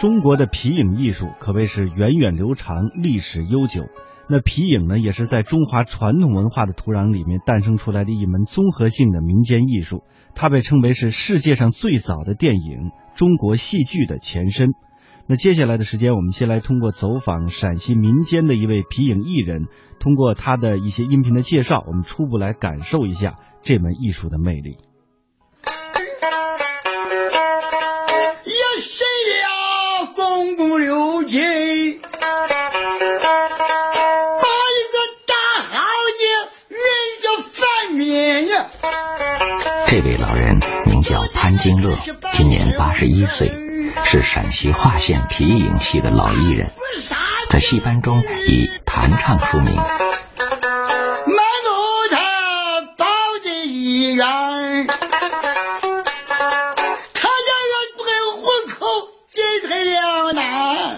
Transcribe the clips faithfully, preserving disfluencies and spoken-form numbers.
中国的皮影艺术可谓是源远流长，历史悠久。那皮影呢，也是在中华传统文化的土壤里面诞生出来的一门综合性的民间艺术，它被称为是世界上最早的电影，中国戏剧的前身。那接下来的时间，我们先来通过走访陕西民间的一位皮影艺人，通过他的一些音频的介绍，我们初步来感受一下这门艺术的魅力。 有谁呀，公公刘金，把一个大好的人叫反面呀。 这位老人名叫潘金乐，今年八十一岁，是陕西华县皮影戏的老艺人，在戏班中以弹唱出名。 满路他抱着一人，看见我对户口进退两难。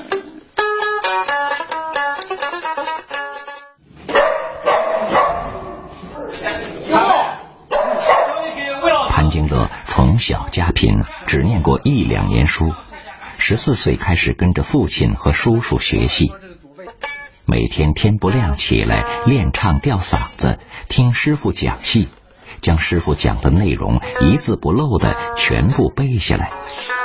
潘金乐从小家贫，只念过一两年书，十四岁开始跟着父亲和叔叔学戏，每天天不亮起来练唱吊嗓子，听师傅讲戏，将师傅讲的内容一字不漏的全部背下来。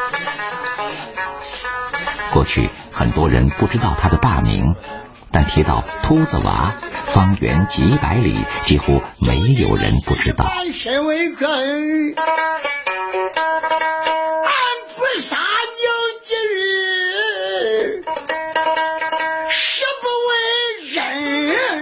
过去很多人不知道他的大名，但提到秃子娃，方圆几百里几乎没有人不知道。 身为根，俺不杀牛几日，誓不为人。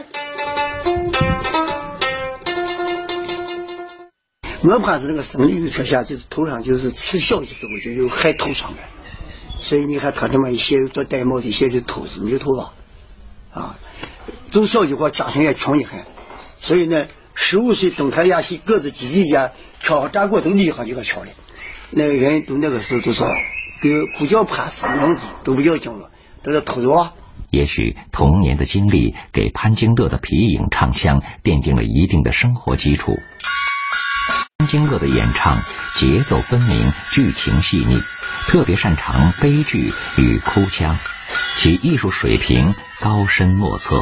我怕是那个生理学下，就是头上就是吃小的时候就有害头上面，所以你看他这么一些做戴帽的，些是秃子没有头发啊。从小的话家庭也穷一很，所以呢十五岁登台演戏，个子几几家跳扎过都厉害，就个跳的那个人都那个时候都说给不叫怕死，名字都不叫惊了，都是秃子娃。 也许童年的经历给潘金乐的皮影唱腔奠定了一定的生活基础。潘金乐的演唱节奏分明，剧情细腻，特别擅长悲剧与哭腔，其艺术水平高深莫测。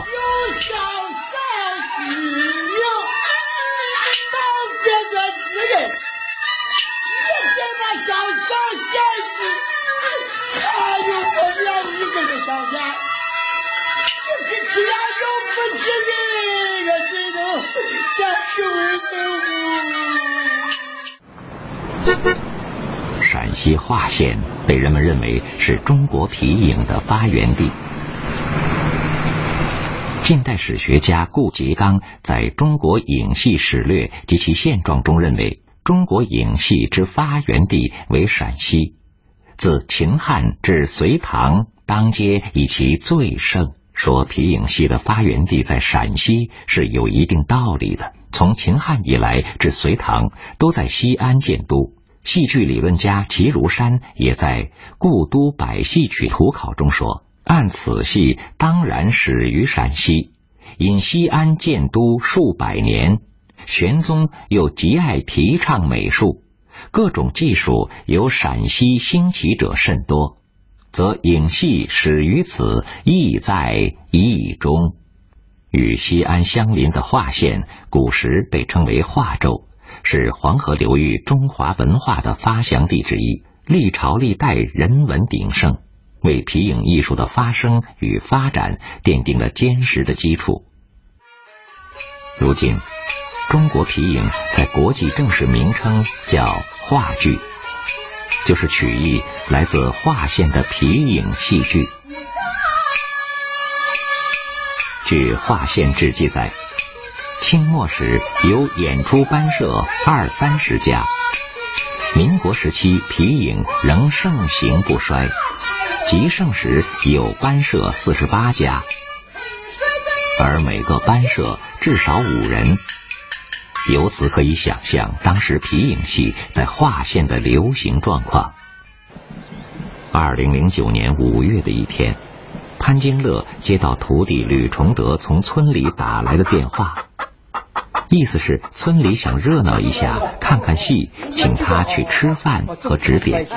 陕西华县被人们认为是中国皮影的发源地。近代史学家顾颉刚在《中国影戏史略及其现状》中认为，中国影戏之发源地为陕西，自秦汉至隋唐当皆以其最盛。说皮影戏的发源地在陕西是有一定道理的。从秦汉以来至隋唐都在西安建都。戏剧理论家齐如山也在《故都百戏曲图考》中说，按此戏当然始于陕西，因西安建都数百年，玄宗又极爱提倡美术，各种技术由陕西兴起者甚多，则影戏始于此，意在意中。与西安相邻的华县，古时被称为华州，是黄河流域中华文化的发祥地之一，历朝历代人文鼎盛，为皮影艺术的发生与发展奠定了坚实的基础。如今，中国皮影在国际正式名称叫华剧，就是取意来自华县的皮影戏剧。据华县志记载，清末时有演出班社二三十家，民国时期皮影仍盛行不衰，极盛时有班社四十八家，而每个班社至少五人。由此可以想象当时皮影戏在华县的流行状况。二零零九年五月的一天，潘金乐接到徒弟吕崇德从村里打来的电话， 意思是村里想热闹一下，看看戏，请他去吃饭和指点。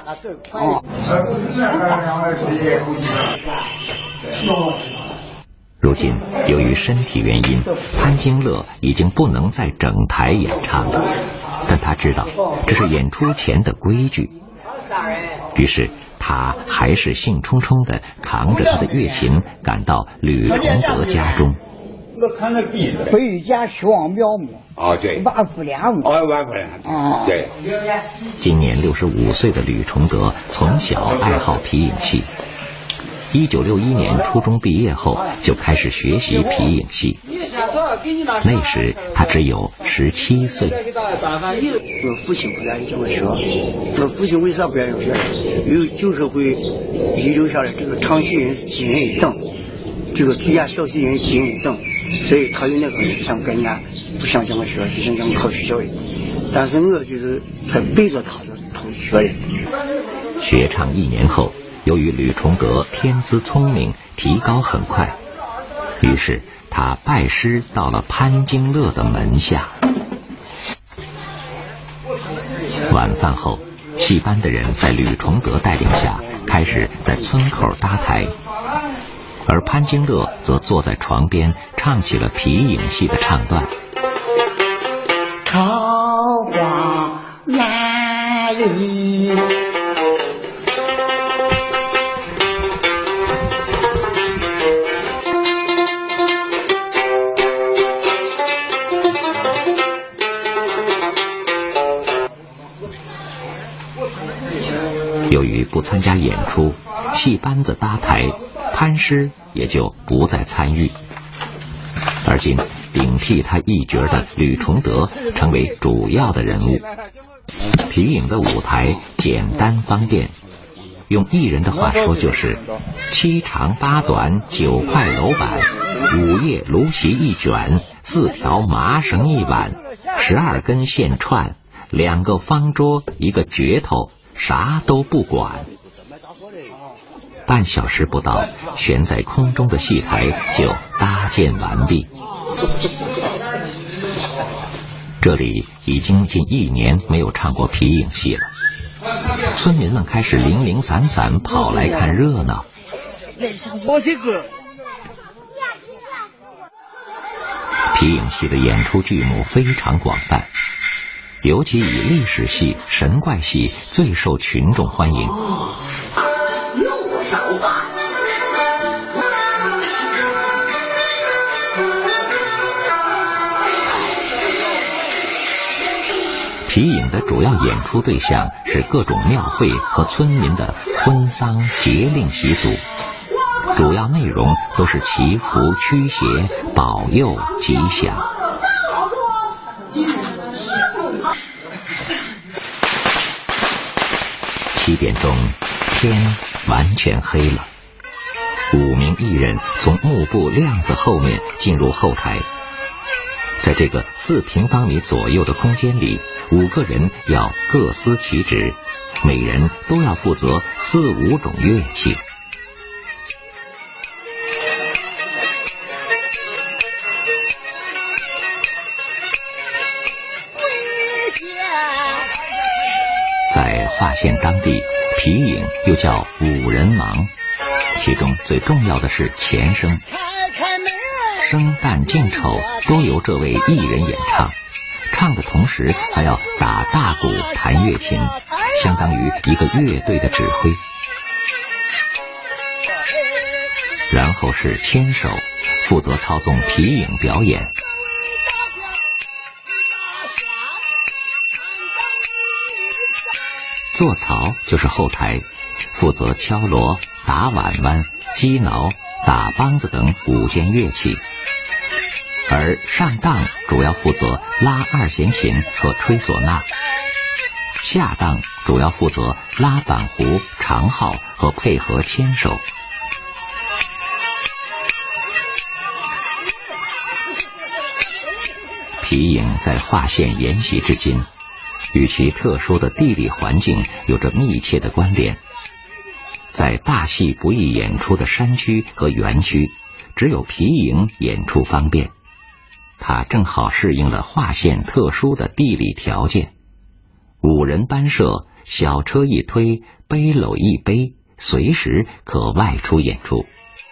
如今由于身体原因，潘金乐已经不能再整台演唱了，但他知道这是演出前的规矩，于是他还是兴冲冲地扛着他的乐琴赶到吕崇德家中。 回家希望苗木哦，对， 万福良木哦，万福良哦， 对。 今年六十五岁的吕崇德从小爱好皮影戏，一九六一年初中毕业后就开始学习皮影戏。那时他只有十七岁。 我父亲不愿意教我学，我父亲为啥不愿意学？因为就是会遗留下来这个长须人几人一等，这个居家小戏人几人一等，所以他有那个思想概念，不想教我学，是想让我考学校的。但是我就是才背着他的头学的。 学唱一年后，由于吕崇德天资聪明，提高很快，于是他拜师到了潘金乐的门下。晚饭后，戏班的人在吕崇德带领下开始在村口搭台，而潘金乐则坐在床边唱起了皮影戏的唱段。 桃花难离， 由于不参加演出，戏班子搭台，潘师也就不再参与。而今顶替他一角的吕崇德成为主要的人物。皮影的舞台简单方便，用艺人的话说就是七长八短九块楼板，五叶芦席一卷，四条麻绳一挽，十二根线串，两个方桌一个镢头，啥都不管。半小时不到，悬在空中的戏台就搭建完毕。这里已经近一年没有唱过皮影戏了，村民们开始零零散散跑来看热闹。皮影戏的演出剧目非常广泛，尤其以历史戏、神怪戏最受群众欢迎。皮影的主要演出对象是各种庙会和村民的婚丧节令习俗，主要内容都是祈福驱邪、保佑吉祥。七点钟，天完全黑了。五名艺人从幕布亮子后面进入后台，在这个四平方米左右的空间里，五个人要各司其职，每人都要负责四五种乐器。在华县当地，皮影又叫五人忙，其中最重要的是前声，生旦净丑都由这位艺人演唱，唱的同时还要打大鼓、弹乐琴，相当于一个乐队的指挥。然后是牵手，负责操纵皮影表演。做槽就是后台，负责敲锣、打碗碗、击挠、打梆子等五件乐器，而上档主要负责拉二弦琴和吹唢呐，下档主要负责拉板胡、长号和配合牵手。皮影在华县沿袭至今，与其特殊的地理环境有着密切的关联。在大戏不易演出的山区和园区，只有皮影演出方便。 它正好适应了华县特殊的地理条件。五人班社，小车一推，背篓一背，随时可外出演出。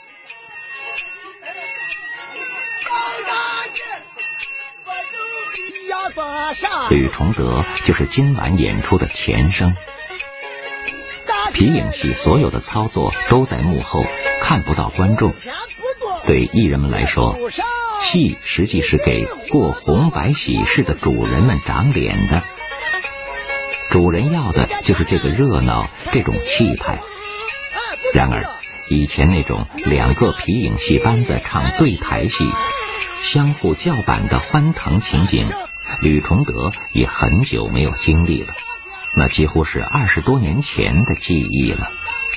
吕崇德就是今晚演出的前声。皮影戏所有的操作都在幕后，看不到观众。对艺人们来说，戏实际是给过红白喜事的主人们长脸的。主人要的就是这个热闹，这种气派。然而以前那种两个皮影戏班子唱对台戏，相互叫板的欢腾情景，吕崇德也很久没有经历了，那几乎是二十多年前的记忆了。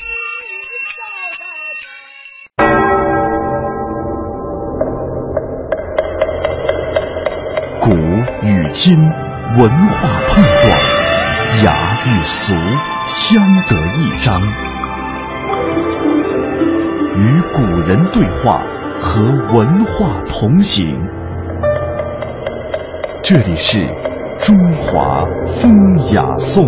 古与今，文化碰撞，雅与俗相得益彰，与古人对话，和文化同行。这里是中华风雅颂。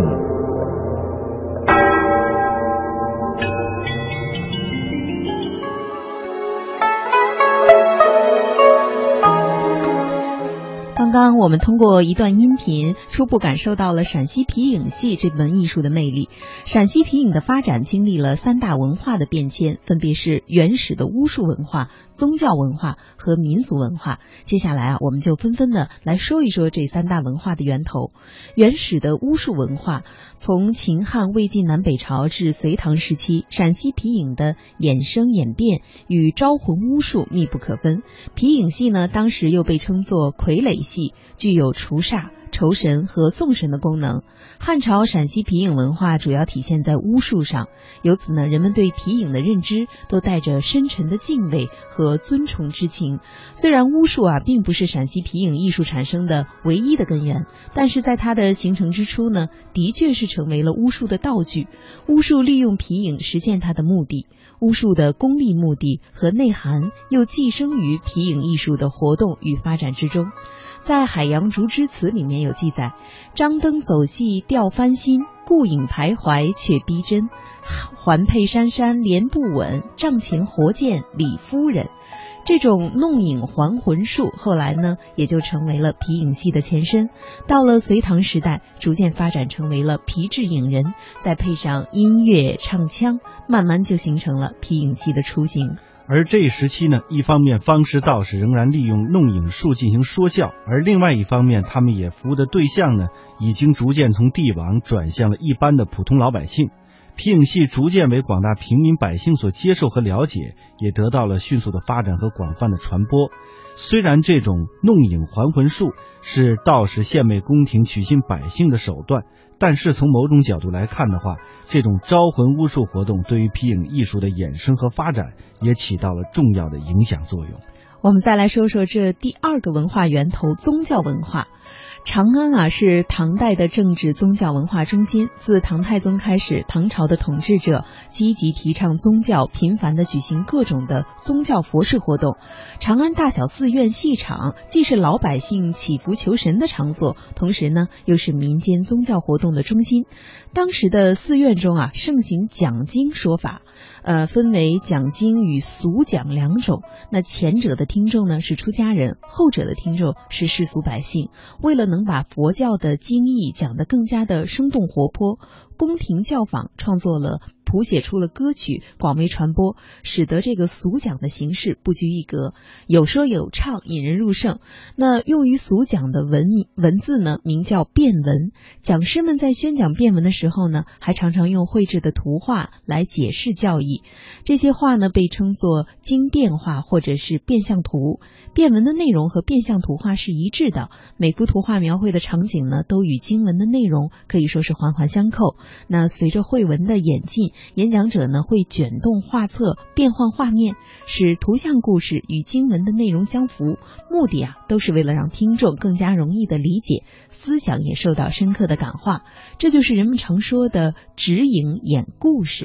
刚刚我们通过一段音频初步感受到了陕西皮影戏这门艺术的魅力。陕西皮影的发展经历了三大文化的变迁，分别是原始的巫术文化、宗教文化和民俗文化。接下来啊，我们就纷纷的来说一说这三大文化的源头。原始的巫术文化，从秦汉、魏晋南北朝至隋唐时期，陕西皮影的衍生演变与招魂巫术密不可分。皮影戏呢，当时又被称作傀儡戏，具有除煞、酬神和送神的功能。汉朝陕西皮影文化主要体现在巫术上，由此呢，人们对皮影的认知都带着深沉的敬畏和尊崇之情。虽然巫术啊并不是陕西皮影艺术产生的唯一的根源，但是在它的形成之初呢，的确是成为了巫术的道具。巫术利用皮影实现它的目的，巫术的功利目的和内涵又寄生于皮影艺术的活动与发展之中。在《海洋竹枝词》里面有记载：张灯走戏吊翻新，顾影徘徊却逼真，环佩珊珊莲不稳，帐前活见李夫人。这种弄影还魂术后来呢，也就成为了皮影戏的前身。到了隋唐时代，逐渐发展成为了皮质影人，再配上音乐唱腔，慢慢就形成了皮影戏的雏形。 而这一时期呢，一方面方士道士仍然利用弄影术进行说教，而另外一方面他们也服务的对象呢，已经逐渐从帝王转向了一般的普通老百姓。皮影戏逐渐为广大平民百姓所接受和了解，也得到了迅速的发展和广泛的传播。虽然这种弄影还魂术是道士献媚宫廷取信百姓的手段，但是从某种角度来看的话，这种招魂巫术活动对于皮影艺术的衍生和发展也起到了重要的影响作用。 我们再来说说这第二个文化源头——宗教文化。长安啊是唐代的政治宗教文化中心。自唐太宗开始，唐朝的统治者积极提倡宗教，频繁地举行各种的宗教佛事活动。长安大小寺院戏场既是老百姓祈福求神的场所，同时呢又是民间宗教活动的中心。当时的寺院中啊盛行讲经说法，呃，分为讲经与俗讲两种。那前者的听众呢是出家人，后者的听众是世俗百姓。为了能把佛教的经义讲得更加的生动活泼，宫廷教坊创作了谱写出了歌曲，广为传播，使得这个俗讲的形式不拘一格，有说有唱，引人入胜。那用于俗讲的文文字呢，名叫辩文。讲师们在宣讲辩文的时候呢，还常常用绘制的图画来解释教义。这些画呢，被称作经变画或者是变相图。辩文的内容和变相图画是一致的，每幅图画描绘的场景呢，都与经文的内容可以说是环环相扣。那随着绘文的演进，演讲者呢会卷动画册，变换画面，使图像故事与经文的内容相符，目的啊都是为了让听众更加容易的理解，思想也受到深刻的感化。这就是人们常说的指影演故事。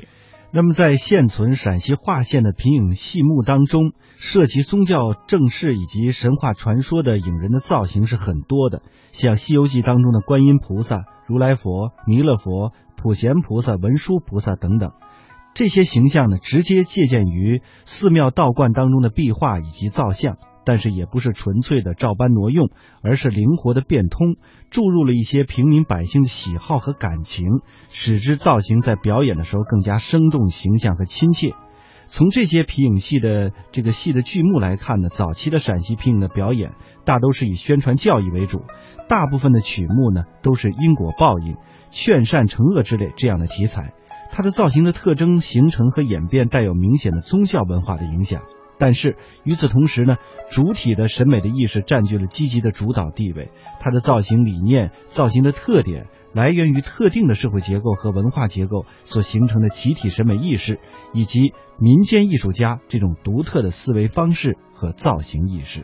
那么在现存陕西华县的皮影戏目当中，涉及宗教正事以及神话传说的影人的造型是很多的，像《西游记》当中的观音菩萨、如来佛、弥勒佛、普贤菩萨、文殊菩萨等等。这些形象呢，直接借鉴于寺庙道观当中的壁画以及造像，但是也不是纯粹的照搬挪用，而是灵活的变通，注入了一些平民百姓的喜好和感情，使之造型在表演的时候更加生动、形象和亲切。从这些皮影戏的这个戏的剧目来看呢，早期的陕西皮影的表演大都是以宣传教义为主，大部分的曲目呢都是因果报应、劝善惩恶之类这样的题材。它的造型的特征、形成和演变带有明显的宗教文化的影响。但是与此同时呢，主体的审美的意识占据了积极的主导地位，它的造型理念、造型的特点来源于特定的社会结构和文化结构所形成的集体审美意识，以及民间艺术家这种独特的思维方式和造型意识。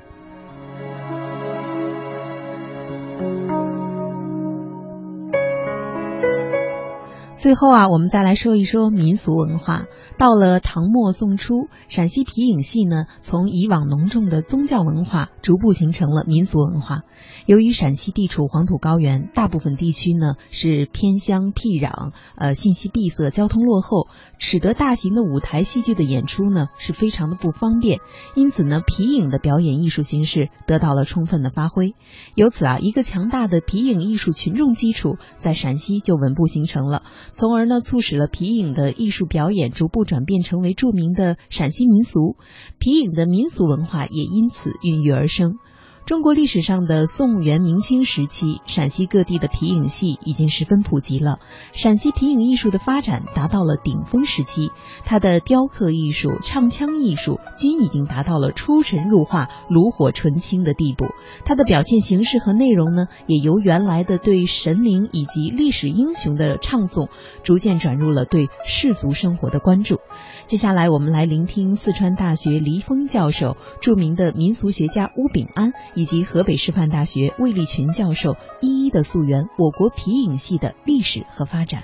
最后啊，我们再来说一说民俗文化。到了唐末宋初，陕西皮影戏呢，从以往浓重的宗教文化逐步形成了民俗文化。由于陕西地处黄土高原，大部分地区呢是偏乡僻壤，呃，信息闭塞，交通落后，使得大型的舞台戏剧的演出呢是非常的不方便。因此呢，皮影的表演艺术形式得到了充分的发挥。由此啊，一个强大的皮影艺术群众基础在陕西就稳步形成了。从而呢，促使了皮影的艺术表演逐步转变成为著名的陕西民俗，皮影的民俗文化也因此孕育而生。中国历史上的宋元明清时期，陕西各地的皮影戏已经十分普及了。陕西皮影艺术的发展达到了顶峰时期，它的雕刻艺术、唱腔艺术均已经达到了出神入化、炉火纯青的地步。它的表现形式和内容呢，也由原来的对神灵以及历史英雄的唱诵，逐渐转入了对世俗生活的关注。接下来我们来聆听四川大学黎峰教授、著名的民俗学家邬秉安以及河北师范大学魏立群教授一一的溯源我国皮影戏的历史和发展。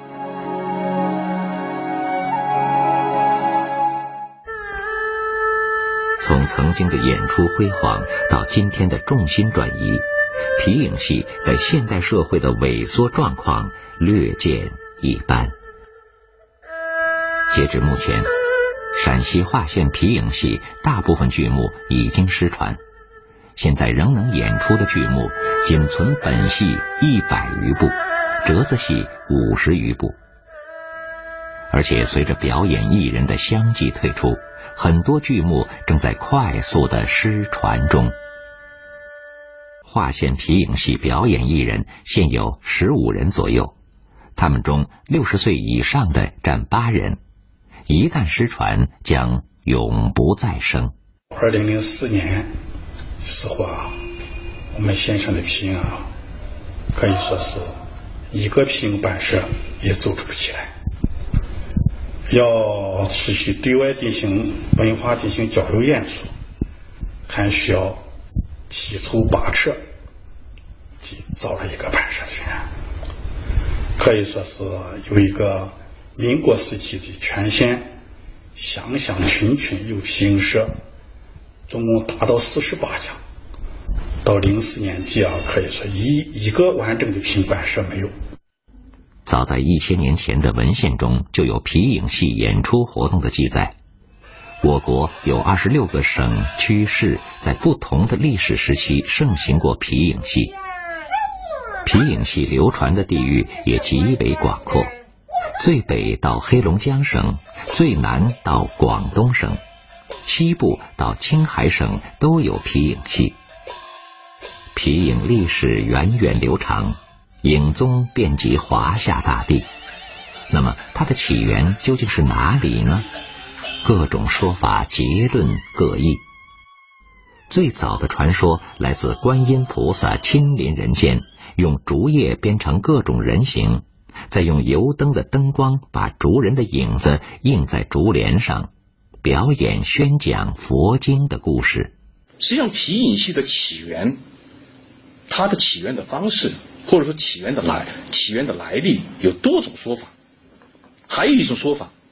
从曾经的演出辉煌到今天的重心转移，皮影戏在现代社会的萎缩状况略见一斑。截至目前，陕西华县皮影戏大部分剧目已经失传，现在仍能演出的剧目仅存本戏一百余部，折子戏五十余部。而且随着表演艺人的相继退出，很多剧目正在快速的失传中。华县皮影戏表演艺人现有十五人左右，他们中六十岁以上的占八人，一旦失传将永不再生。 二零零四年时候啊，我们县城的皮影啊，可以说是一个皮影班社也走出不起来。要持续对外进行文化进行交流演出，还需要七筹八策，造了一个班社团，可以说是有一个民国时期的全县乡乡群群有皮影社，总共达到四十八家。到零四年底啊，可以说一一个完整的皮影班社没有。 早在一千年前的文献中就有皮影戏演出活动的记载。我国有二十六个省区市在不同的历史时期盛行过皮影戏，皮影戏流传的地域也极为广阔，最北到黑龙江省，最南到广东省，西部到青海省都有皮影戏。皮影历史源远流长，影宗遍及华夏大地。那么它的起源究竟是哪里呢？各种说法结论各异。最早的传说来自观音菩萨亲临人间，用竹叶编成各种人形，再用油灯的灯光把竹人的影子映在竹帘上，表演宣讲佛经的故事。 实际上皮影戏的起源，它的起源的方式，或者说起源的来起源的来历有多种说法。还有一种说法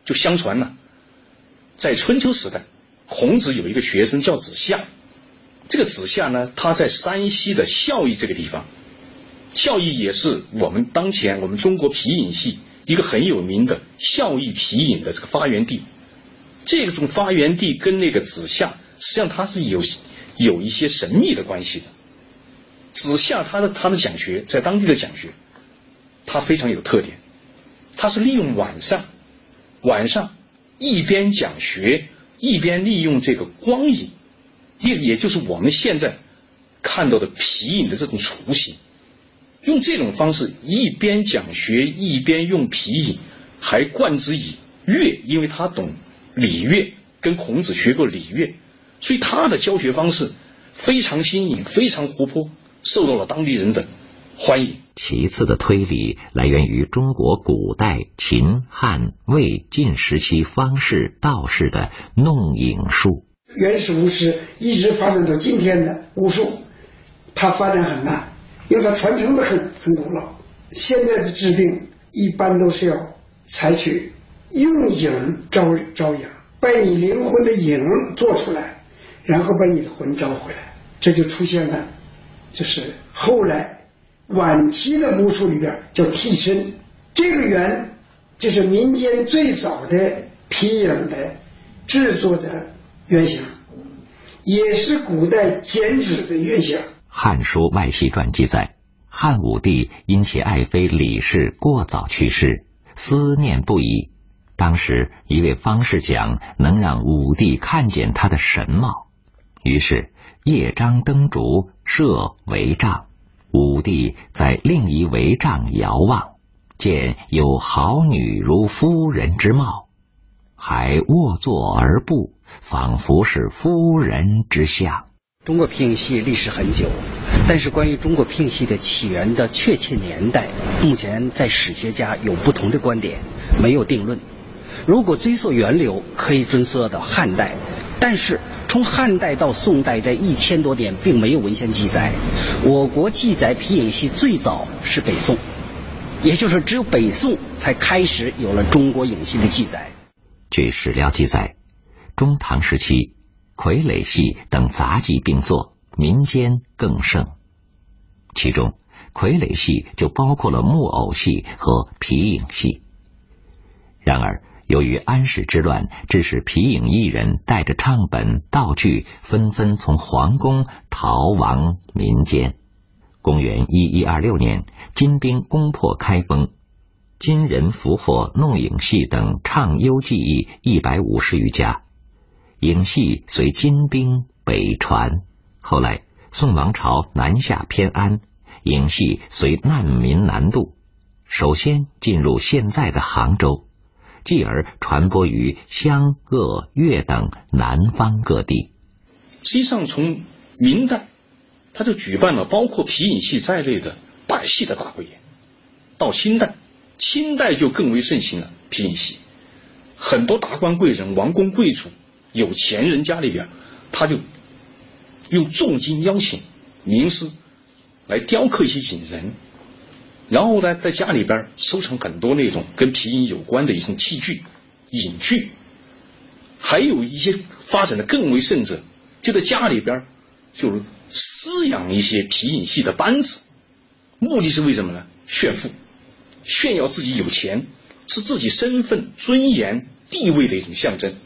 就相传呢，在春秋时代，孔子有一个学生叫子夏，这个子夏呢，他在山西的孝义这个地方，孝义也是我们当前我们中国皮影戏一个很有名的孝义皮影的这个发源地。这种发源地跟那个子夏实际上它是有有一些神秘的关系的。子夏他的他的讲学在当地的讲学，他非常有特点，他是利用晚上晚上一边讲学一边利用这个光影，也也就是我们现在看到的皮影的这种雏形，用这种方式一边讲学一边用皮影，还冠之以乐，因为他懂礼乐，跟孔子学过礼乐，所以他的教学方式非常新颖，非常活泼，受到了当地人的欢迎。 其次的推理来源于中国古代秦、汉、魏、晋时期方士、道士的弄影术。 原始巫师一直发展到今天的巫术，它发展很慢，因为它传承的很很古老。现在的治病一般都是要采取用影招招阳，把你灵魂的影做出来，然后把你的魂招回来，这就出现了就是后来晚期的巫术里边叫替身。这个源就是民间最早的皮影的制作的原型，也是古代剪纸的原型。《 汉书外戚传》记载，汉武帝因其爱妃李氏过早去世，思念不已。当时一位方士讲能让武帝看见他的神貌，于是夜张灯烛，设帷帐。武帝在另一帷帐遥望，见有好女如夫人之貌，还卧坐而步，仿佛是夫人之相。 中国皮影戏历史很久，但是关于中国皮影戏的起源的确切年代，目前在史学家有不同的观点，没有定论。如果追溯源流，可以追溯到汉代，但是从汉代到宋代这一千多年并没有文献记载。我国记载皮影戏最早是北宋，也就是只有北宋才开始有了中国影戏的记载。 据史料记载，中唐时期傀儡戏等杂技并作，民间更盛。其中傀儡戏就包括了木偶戏和皮影戏。然而由于安史之乱，致使皮影艺人带着唱本道具纷纷从皇宫逃亡民间。公元一一二六年，金兵攻破开封，金人俘获弄影戏等唱优技艺一百五十余家，影戏随金兵北传。后来宋王朝南下偏安，影戏随难民南渡，首先进入现在的杭州，继而传播于湘鄂粤等南方各地。 实际上从明代他就举办了包括皮影戏在内的百戏的大汇演，到清代清代就更为盛行了皮影戏。很多达官贵人、王公贵族、有钱人家里边，他就用重金邀请名师来雕刻一些影人，然后呢在家里边收藏很多那种跟皮影有关的一种器具影具，还有一些发展的更为甚者，就在家里边就是饲养一些皮影戏的班子，目的是为什么呢？炫富，炫耀自己有钱，是自己身份、尊严、地位的一种象征。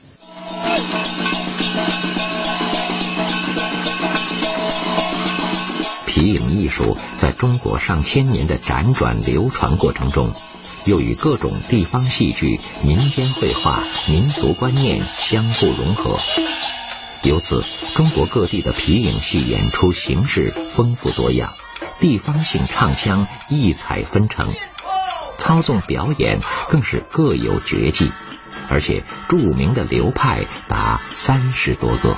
皮影艺术在中国上千年的辗转流传过程中，又与各种地方戏剧、民间绘画、民俗观念相互融合，由此中国各地的皮影戏演出形式丰富多样，地方性唱腔异彩纷呈，操纵表演更是各有绝技，而且著名的流派达三十多个。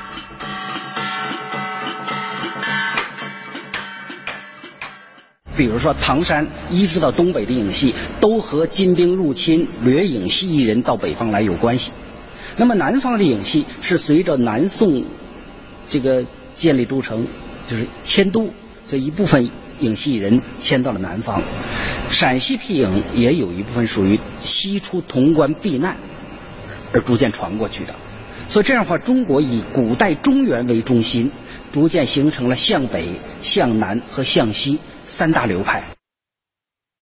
比如说唐山一直到东北的影戏都和金兵入侵掠影戏艺人到北方来有关系。那么南方的影戏是随着南宋这个建立都城，就是迁都，所以一部分影戏人迁到了南方。 陕西皮影也有一部分属于西出潼关避难而逐渐传过去的。所以这样的话，中国以古代中原为中心，逐渐形成了向北、向南和向西三大流派。